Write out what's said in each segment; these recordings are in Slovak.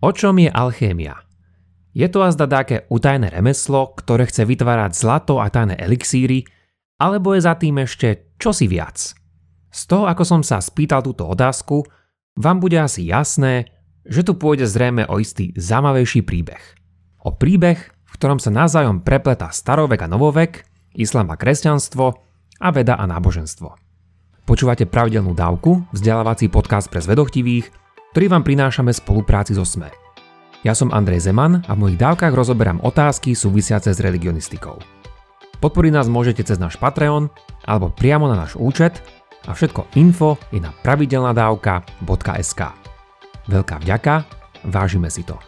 O čom je alchémia? Je to azda také utajené remeslo, ktoré chce vytvárať zlato a tajné elixíry, alebo je za tým ešte čosi viac? Z toho, ako som sa spýtal túto otázku, vám bude asi jasné, že tu pôjde zrejme o istý zaujímavejší príbeh. O príbeh, v ktorom sa navzájom prepletá starovek a novovek, islám a kresťanstvo a veda a náboženstvo. Počúvate pravidelnú dávku, vzdelávací podcast pre zvedochtivých, ktorý vám prinášame v spolupráci so SME. Ja som Andrej Zeman a v mojich dávkach rozoberám otázky súvisiace s religionistikou. Podporiť nás môžete cez náš Patreon alebo priamo na náš účet a všetko info je na pravidelnadavka.sk. Veľká vďaka, vážime si to.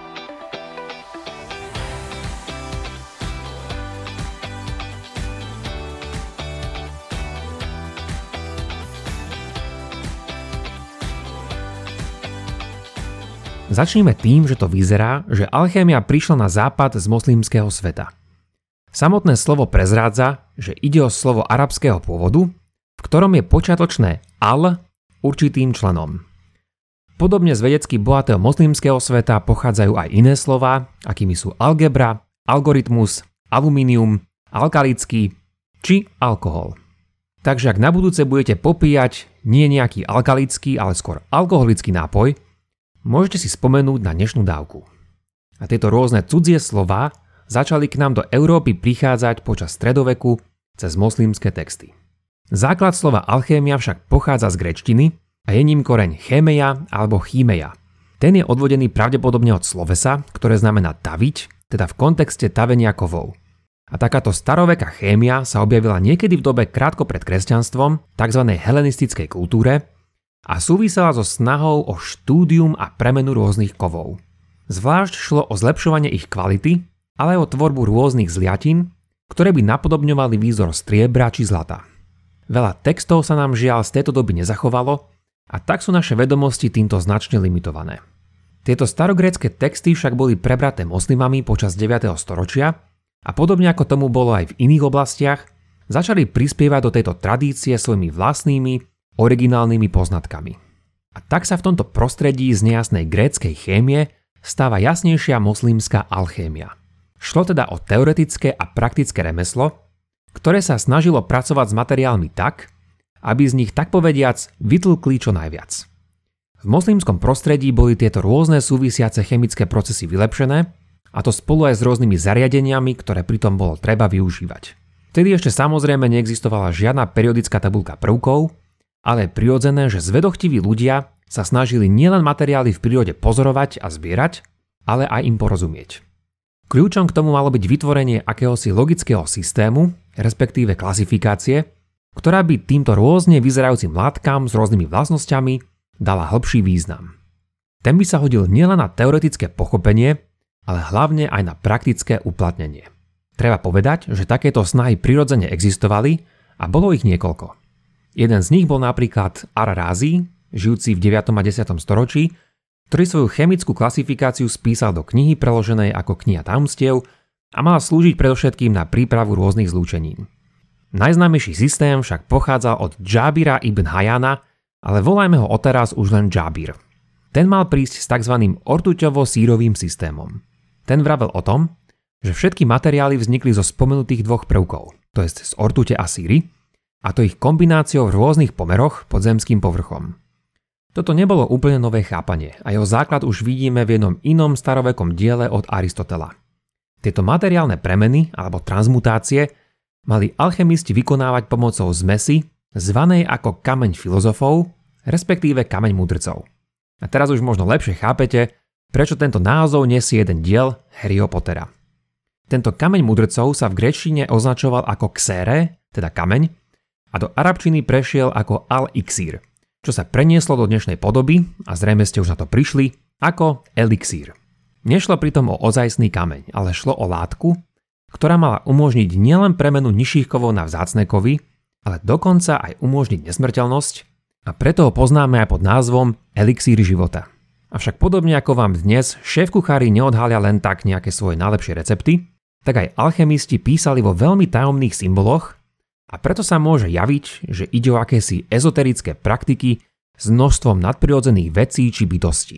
Začneme tým, že to vyzerá, že alchémia prišla na západ z moslimského sveta. Samotné slovo prezrádza, že ide o slovo arabského pôvodu, v ktorom je počiatočné al určitým členom. Podobne z vedecky bohatého moslimského sveta pochádzajú aj iné slová, akými sú algebra, algoritmus, alumínium, alkalický či alkohol. Takže ak na budúce budete popíjať nie nejaký alkalický, ale skôr alkoholický nápoj, môžete si spomenúť na dnešnú dávku. A tieto rôzne cudzie slová začali k nám do Európy prichádzať počas stredoveku cez moslimské texty. Základ slova alchémia však pochádza z gréčtiny a je ním koreň chémeja alebo chímeja. Ten je odvodený pravdepodobne od slovesa, ktoré znamená taviť, teda v kontexte tavenia kovov. A takáto staroveká chémia sa objavila niekedy v dobe krátko pred kresťanstvom, tzv. Helenistickej kultúre, a súvisela so snahou o štúdium a premenu rôznych kovov. Zvlášť šlo o zlepšovanie ich kvality, ale aj o tvorbu rôznych zliatin, ktoré by napodobňovali výzor striebra či zlata. Veľa textov sa nám žiaľ z tejto doby nezachovalo a tak sú naše vedomosti týmto značne limitované. Tieto starogrécke texty však boli prebraté moslimami počas 9. storočia a podobne ako tomu bolo aj v iných oblastiach, začali prispievať do tejto tradície svojimi vlastnými originálnymi poznatkami. A tak sa v tomto prostredí z nejasnej gréckej chémie stáva jasnejšia moslimská alchémia. Šlo teda o teoretické a praktické remeslo, ktoré sa snažilo pracovať s materiálmi tak, aby z nich tak povediac vytlkli čo najviac. V moslimskom prostredí boli tieto rôzne súvisiace chemické procesy vylepšené, a to spolu aj s rôznymi zariadeniami, ktoré pritom bolo treba využívať. Vtedy ešte samozrejme neexistovala žiadna periodická tabuľka prvkov, ale je prirodzené, že zvedochtiví ľudia sa snažili nielen materiály v prírode pozorovať a zbierať, ale aj im porozumieť. Kľúčom k tomu malo byť vytvorenie akéhosi logického systému, respektíve klasifikácie, ktorá by týmto rôzne vyzerajúcim látkam s rôznymi vlastnosťami dala hĺbší význam. Ten by sa hodil nielen na teoretické pochopenie, ale hlavne aj na praktické uplatnenie. Treba povedať, že takéto snahy prirodzene existovali a bolo ich niekoľko. Jeden z nich bol napríklad Ar-Razi, žijúci v 9. a 10. storočí, ktorý svoju chemickú klasifikáciu spísal do knihy preloženej ako Kniha tajomstiev a mal slúžiť predovšetkým na prípravu rôznych zlúčenín. Najznámejší systém však pochádzal od Džábira ibn Hayana, ale volajme ho odteraz už len Džábir. Ten mal prísť s tzv. Ortuťovo-sírovým systémom. Ten vravel o tom, že všetky materiály vznikli zo spomenutých dvoch prvkov, to jest z ortute a síry, a to ich kombináciou v rôznych pomeroch pod zemským povrchom. Toto nebolo úplne nové chápanie a jeho základ už vidíme v jednom inom starovekom diele od Aristotela. Tieto materiálne premeny alebo transmutácie mali alchemisti vykonávať pomocou zmesi, zvanej ako kameň filozofov, respektíve kameň mudrcov. A teraz už možno lepšie chápete, prečo tento názov nesie jeden diel Harryho Pottera. Tento kameň mudrcov sa v gréčtine označoval ako xére, teda kameň, a do arabčiny prešiel ako al-iksír, čo sa prenieslo do dnešnej podoby, a zrejme ste už na to prišli, ako elixír. Nešlo pritom o ozajstný kameň, ale šlo o látku, ktorá mala umožniť nielen premenu nižších kovov na vzácne kovy, ale dokonca aj umožniť nesmrteľnosť, a preto ho poznáme aj pod názvom elixír života. Avšak podobne ako vám dnes šéfkuchári neodhalia len tak nejaké svoje najlepšie recepty, tak aj alchemisti písali vo veľmi tajomných symboloch, a preto sa môže javiť, že ide o akési ezoterické praktiky s množstvom nadprirodzených vecí či bytostí.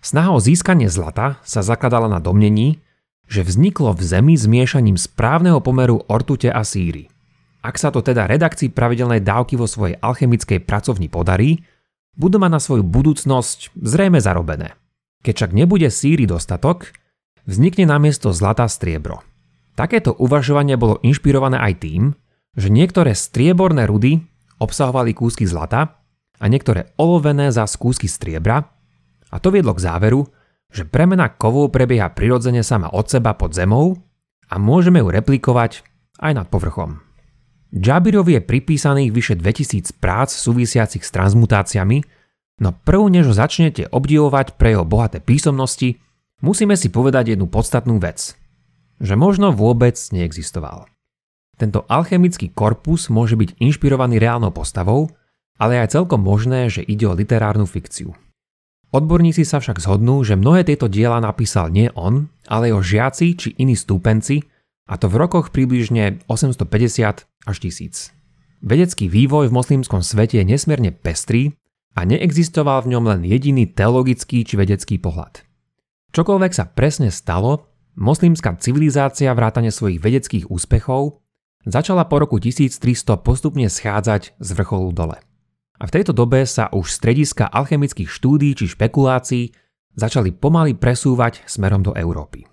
Snaha o získanie zlata sa zakladala na domnení, že vzniklo v Zemi zmiešaním správneho pomeru ortute a síry. Ak sa to teda redakcii pravidelnej dávky vo svojej alchemickej pracovni podarí, budú mať na svoju budúcnosť zrejme zarobené. Keď však nebude síry dostatok, vznikne namiesto zlata striebro. Takéto uvažovanie bolo inšpirované aj tým, že niektoré strieborné rudy obsahovali kúsky zlata a niektoré olovené zas kúsky striebra, a to viedlo k záveru, že premena kovov prebieha prirodzene sama od seba pod zemou a môžeme ju replikovať aj nad povrchom. Džabirovi je pripísaných vyše 2000 prác súvisiacich s transmutáciami, no prv než ho začnete obdivovať pre jeho bohaté písomnosti, musíme si povedať jednu podstatnú vec, že možno vôbec neexistoval. Tento alchemický korpus môže byť inšpirovaný reálnou postavou, ale je aj celkom možné, že ide o literárnu fikciu. Odborníci sa však zhodnú, že mnohé tieto diela napísal nie on, ale jeho žiaci či iní stúpenci, a to v rokoch približne 850 až 1000. Vedecký vývoj v moslimskom svete je nesmierne pestrý a neexistoval v ňom len jediný teologický či vedecký pohľad. Čokoľvek sa presne stalo, moslimská civilizácia vrátane svojich vedeckých úspechov začala po roku 1300 postupne schádzať z vrcholu dole. A v tejto dobe sa už strediska alchemických štúdií či špekulácií začali pomaly presúvať smerom do Európy.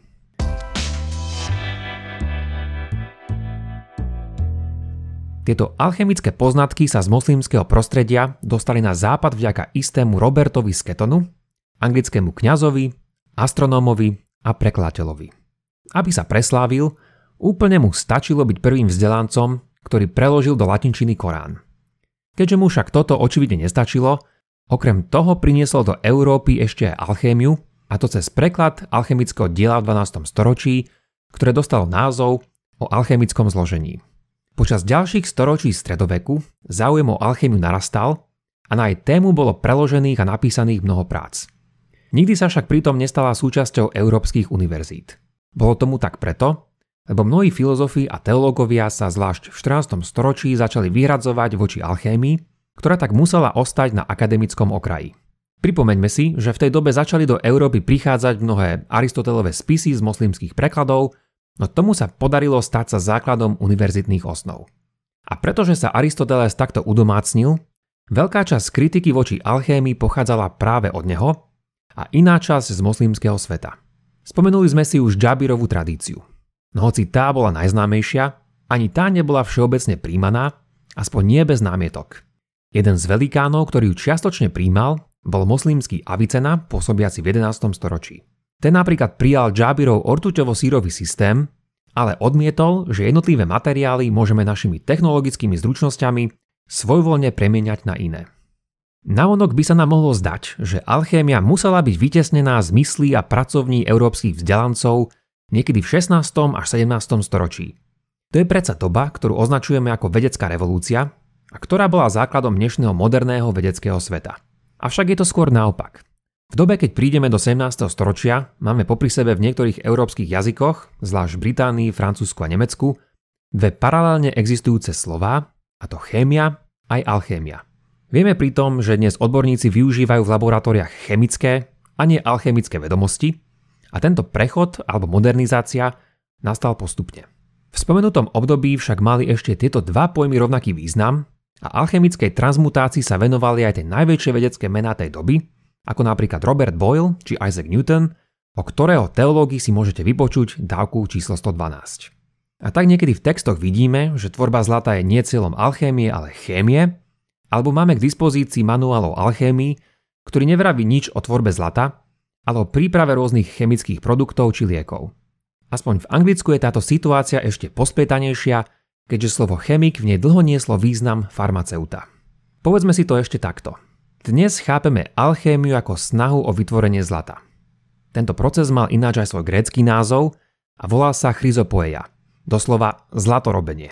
Tieto alchemické poznatky sa z moslimského prostredia dostali na západ vďaka istému Robertovi z Ketonu, anglickému kňazovi, astronómovi a prekladateľovi. Aby sa preslávil, úplne mu stačilo byť prvým vzdelancom, ktorý preložil do latinčiny Korán. Keďže mu však toto očividne nestačilo, okrem toho priniesol do Európy ešte aj alchémiu, a to cez preklad alchemického diela v 12. storočí, ktoré dostalo názov o alchemickom zložení. Počas ďalších storočí stredoveku záujem o alchémiu narastal a na jej tému bolo preložených a napísaných mnoho prác. Nikdy sa však pritom nestala súčasťou európskych univerzít. Bolo tomu tak preto, lebo mnohí filozofi a teológovia sa zvlášť v 14. storočí začali vyhradzovať voči alchémii, ktorá tak musela ostať na akademickom okraji. Pripomeňme si, že v tej dobe začali do Európy prichádzať mnohé Aristotelové spisy z moslimských prekladov, no tomu sa podarilo stať sa základom univerzitných osnov. A pretože sa Aristoteles takto udomácnil, veľká časť kritiky voči alchémii pochádzala práve od neho a iná časť z moslimského sveta. Spomenuli sme si už Džabirovú tradíciu. No hoci tá bola najznámejšia, ani tá nebola všeobecne príjmaná, aspoň nie bez námietok. Jeden z velikánov, ktorý ju čiastočne príjmal, bol moslimský Avicena, pôsobiaci v 11. storočí. Ten napríklad prijal Džabirov ortuťovo-sírový systém, ale odmietol, že jednotlivé materiály môžeme našimi technologickými zručnosťami svojvoľne premieňať na iné. Navonok by sa nám mohlo zdať, že alchémia musela byť vytesnená z myslí a pracovní európskych vzdelancov niekedy v 16. až 17. storočí. To je predsa doba, ktorú označujeme ako vedecká revolúcia a ktorá bola základom dnešného moderného vedeckého sveta. Avšak je to skôr naopak. V dobe, keď prídeme do 17. storočia, máme popri sebe v niektorých európskych jazykoch, zvlášť v Británii, Francúzsku a Nemecku, dve paralelne existujúce slová, a to chémia aj alchémia. Vieme pritom, že dnes odborníci využívajú v laboratóriách chemické a nie alchemické vedomosti, a tento prechod alebo modernizácia nastal postupne. V spomenutom období však mali ešte tieto dva pojmy rovnaký význam a alchemickej transmutácii sa venovali aj tie najväčšie vedecké mená tej doby, ako napríklad Robert Boyle či Isaac Newton, o ktorého teológii si môžete vypočuť dávku číslo 112. A tak niekedy v textoch vidíme, že tvorba zlata je nie cieľom alchémie, ale chémie, alebo máme k dispozícii manuálov alchémii, ktorý nevraví nič o tvorbe zlata, ale o príprave rôznych chemických produktov či liekov. Aspoň v Anglicku je táto situácia ešte pospätanejšia, keďže slovo chemik v nej dlho nieslo význam farmaceuta. Povedzme si to ešte takto. Dnes chápeme alchémiu ako snahu o vytvorenie zlata. Tento proces mal ináč aj svoj grécky názov a volá sa chryzopoeia, doslova zlatorobenie.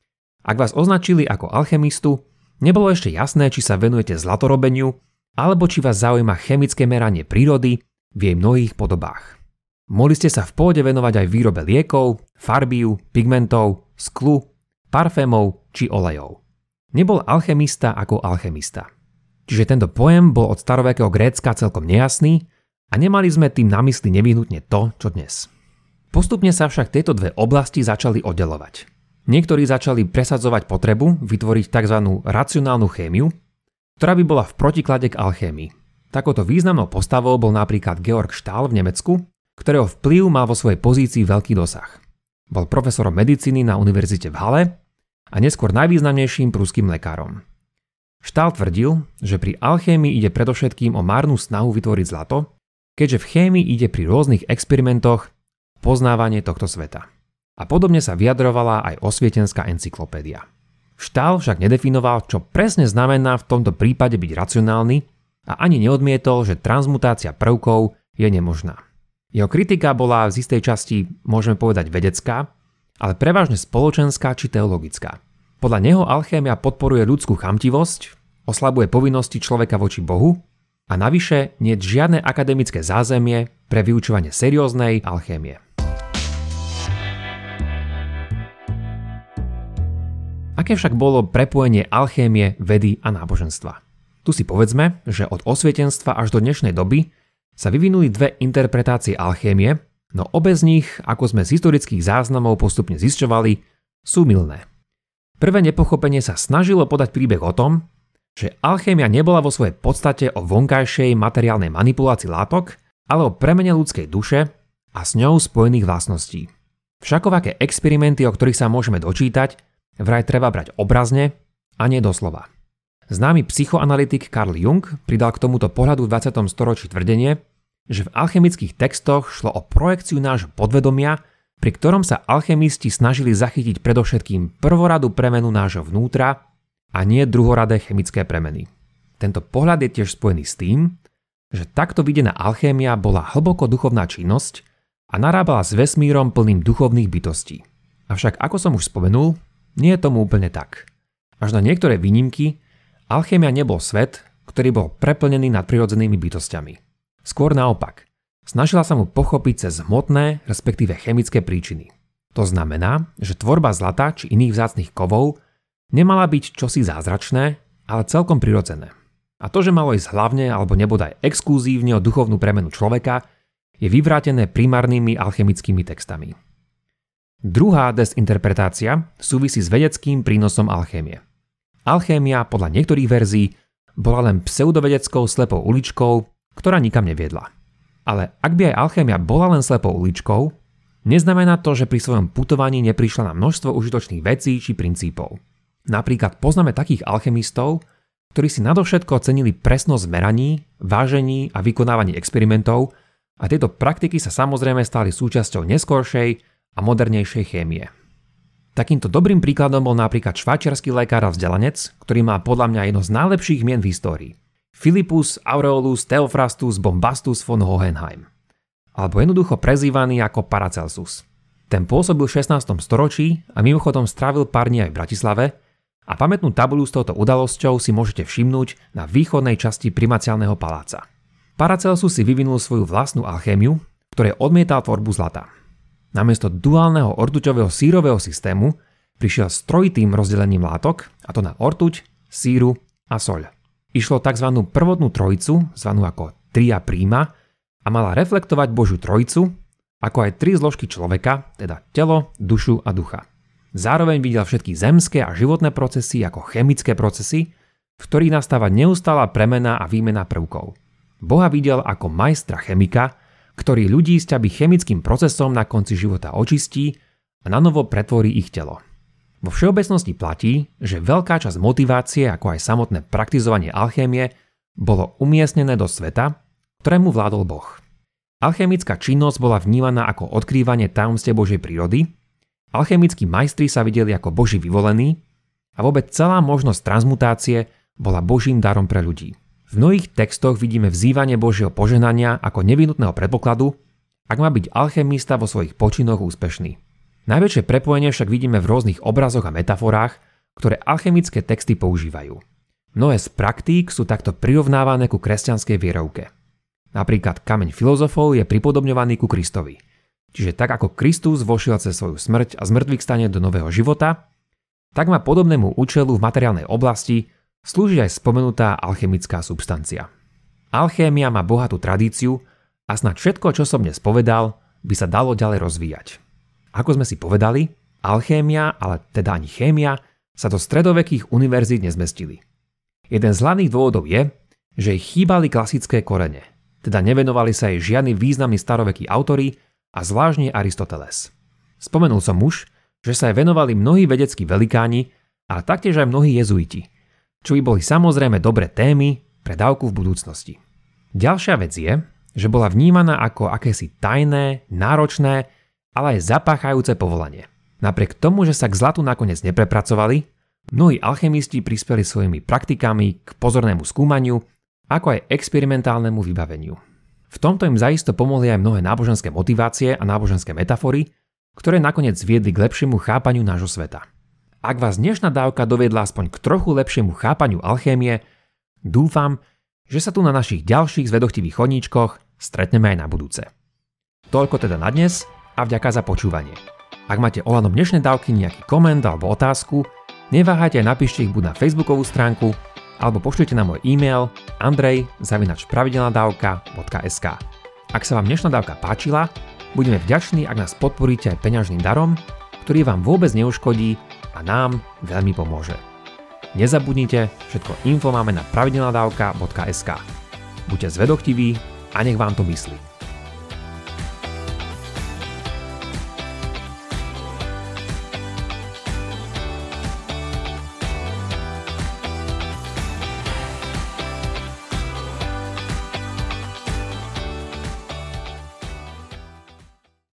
Ak vás označili ako alchemistu, nebolo ešte jasné, či sa venujete zlatorobeniu, alebo či vás zaujíma chemické meranie prírody v jej mnohých podobách. Mohli ste sa v pôde venovať aj výrobe liekov, farbiu, pigmentov, sklu, parfémov či olejov. Nebol alchemista ako alchemista. Čiže tento pojem bol od starovekého Grécka celkom nejasný A nemali sme tým na mysli nevyhnutne to, čo dnes. Postupne sa však tieto dve oblasti začali oddelovať. Niektorí začali presadzovať potrebu vytvoriť tzv. Racionálnu chémiu, ktorá by bola v protiklade k alchémii. Takouto významnou postavou bol napríklad Georg Stahl v Nemecku, ktorého vplyv mal vo svojej pozícii veľký dosah. Bol profesorom medicíny na univerzite v Halle a neskôr najvýznamnejším pruským lekárom. Stahl tvrdil, že pri alchémii ide predovšetkým o márnu snahu vytvoriť zlato, keďže v chémii ide pri rôznych experimentoch poznávanie tohto sveta. A podobne sa vyjadrovala aj osvietenská encyklopédia. Stahl však nedefinoval, čo presne znamená v tomto prípade byť racionálny a ani neodmietol, že transmutácia prvkov je nemožná. Jeho kritika bola z istej časti, môžeme povedať, vedecká, ale prevažne spoločenská či teologická. Podľa neho alchémia podporuje ľudskú chamtivosť, oslabuje povinnosti človeka voči Bohu a navyše nie je žiadne akademické zázemie pre vyučovanie serióznej alchémie. Aké však bolo prepojenie alchémie, vedy a náboženstva? Tu si povedzme, že od osvietenstva až do dnešnej doby sa vyvinuli dve interpretácie alchémie, no obe z nich, ako sme z historických záznamov postupne zisťovali, sú mylné. Prvé nepochopenie sa snažilo podať príbeh o tom, že alchémia nebola vo svojej podstate o vonkajšej materiálnej manipulácii látok, ale o premene ľudskej duše a s ňou spojených vlastností. Všakovaké experimenty, o ktorých sa môžeme dočítať, vraj treba brať obrazne a nie doslova. Známy psychoanalytik Carl Jung pridal k tomuto pohľadu v 20. storočí tvrdenie, že v alchemických textoch šlo o projekciu nášho podvedomia, pri ktorom sa alchemisti snažili zachytiť predovšetkým prvoradú premenu nášho vnútra a nie druhoradé chemické premeny. Tento pohľad je tiež spojený s tým, že takto videná alchémia bola hlboko duchovná činnosť a narábala s vesmírom plným duchovných bytostí. Avšak ako som už spomenul, nie je tomu úplne tak. Až na niektoré výnimky alchémia nebol svet, ktorý bol preplnený nadprirodzenými bytosťami. Skôr naopak, snažila sa mu pochopiť cez hmotné, respektíve chemické príčiny. To znamená, že tvorba zlata či iných vzácnych kovov nemala byť čosi zázračné, ale celkom prirodzené. A to, že malo ísť hlavne alebo nebodaj exkluzívne o duchovnú premenu človeka, je vyvrátené primárnymi alchemickými textami. Druhá desinterpretácia súvisí s vedeckým prínosom alchémie. Alchémia podľa niektorých verzií bola len pseudovedeckou slepou uličkou, ktorá nikam neviedla. Ale ak by aj alchémia bola len slepou uličkou, neznamená to, že pri svojom putovaní neprišla na množstvo užitočných vecí či princípov. Napríklad poznáme takých alchemistov, ktorí si nadovšetko cenili presnosť meraní, vážení a vykonávaní experimentov a tieto praktiky sa samozrejme stali súčasťou neskoršej a modernejšej chémie. Takýmto dobrým príkladom bol napríklad švajčiarsky lekár a vzdelanec, ktorý má podľa mňa jedno z najlepších mien v histórii. Philippus Aureolus Theophrastus Bombastus von Hohenheim, alebo jednoducho prezývaný ako Paracelsus. Ten pôsobil v 16. storočí a mimochodom strávil pár dní aj v Bratislave a pamätnú tabuľu s touto udalosťou si môžete všimnúť na východnej časti primaciálneho paláca. Paracelsus si vyvinul svoju vlastnú alchémiu, ktorej odmietal tvorbu zlata. Namiesto duálneho ortuťového sírového systému prišiel s trojitým rozdelením látok, a to na ortuť, síru a soľ. Išlo tzv. Prvotnú trojicu, zvanú ako tria prima, a mala reflektovať Božiu trojicu, ako aj tri zložky človeka, teda telo, dušu a ducha. Zároveň videl všetky zemské a životné procesy ako chemické procesy, v ktorých nastáva neustála premena a výmena prvkov. Boha videl ako majstra chemika, ktorý ľudí sťabí chemickým procesom na konci života očistí a nanovo pretvorí ich telo. Vo všeobecnosti platí, že veľká časť motivácie, ako aj samotné praktizovanie alchémie, bolo umiestnené do sveta, ktorému vládol Boh. Alchémická činnosť bola vnímaná ako odkrývanie tajomstiev Božej prírody, alchémickí majstri sa videli ako Boží vyvolení a vôbec celá možnosť transmutácie bola Božím darom pre ľudí. V mnohých textoch vidíme vzývanie Božieho požehnania ako nevyhnutného predpokladu, ak má byť alchemista vo svojich počinoch úspešný. Najväčšie prepojenie však vidíme v rôznych obrazoch a metaforách, ktoré alchemické texty používajú. Mnohé z praktík sú takto prirovnávané ku kresťanskej vierovke. Napríklad kameň filozofov je pripodobňovaný ku Kristovi. Čiže tak ako Kristus vošiel cez svoju smrť a zmrtvých stane do nového života, tak má podobnému účelu v materiálnej oblasti slúžiť aj spomenutá alchemická substancia. Alchémia má bohatú tradíciu A snáď všetko, čo som dnes povedal, by sa dalo ďalej rozvíjať. Ako sme si povedali, alchémia, ale teda ani chémia, sa do stredovekých univerzít nezmestili. Jeden z hlavných dôvodov je, že ich chýbali klasické korene, teda nevenovali sa jej žiadni významní starovekí autori a zvláštne Aristoteles. Spomenul som už, že sa jej venovali mnohí vedeckí velikáni, ale taktiež aj mnohí jezuiti, čo by boli samozrejme dobré témy pre dávku v budúcnosti. Ďalšia vec je, že bola vnímaná ako akési tajné, náročné, ale aj zapáchajúce povolanie. Napriek tomu, že sa k zlatu nakoniec neprepracovali, mnohí alchemisti prispeli svojimi praktikami k pozornému skúmaniu, ako aj experimentálnemu vybaveniu. V tomto im zaisto pomohli aj mnohé náboženské motivácie a náboženské metafory, ktoré nakoniec viedli k lepšiemu chápaniu nášho sveta. Ak vás dnešná dávka doviedla aspoň k trochu lepšiemu chápaniu alchémie, dúfam, že sa tu na našich ďalších zvedochtivých chodníčkoch stretneme aj na budúce. Toľko teda na dnes a vďaka za počúvanie. Ak máte ohľadom dnešnej dávky nejaký koment alebo otázku, neváhajte a napíšte ich buď na facebookovú stránku, alebo pošlite na môj e-mail andrej@pravidelnadavka.sk. Ak sa vám dnešná dávka páčila, budeme vďační, ak nás podporíte aj peňažným darom, ktorý vám vôbec neuškodí a nám veľmi pomôže. Nezabudnite, všetko info máme na pravidelnadavka.sk. Buďte zvedochtiví a nech vám to myslí.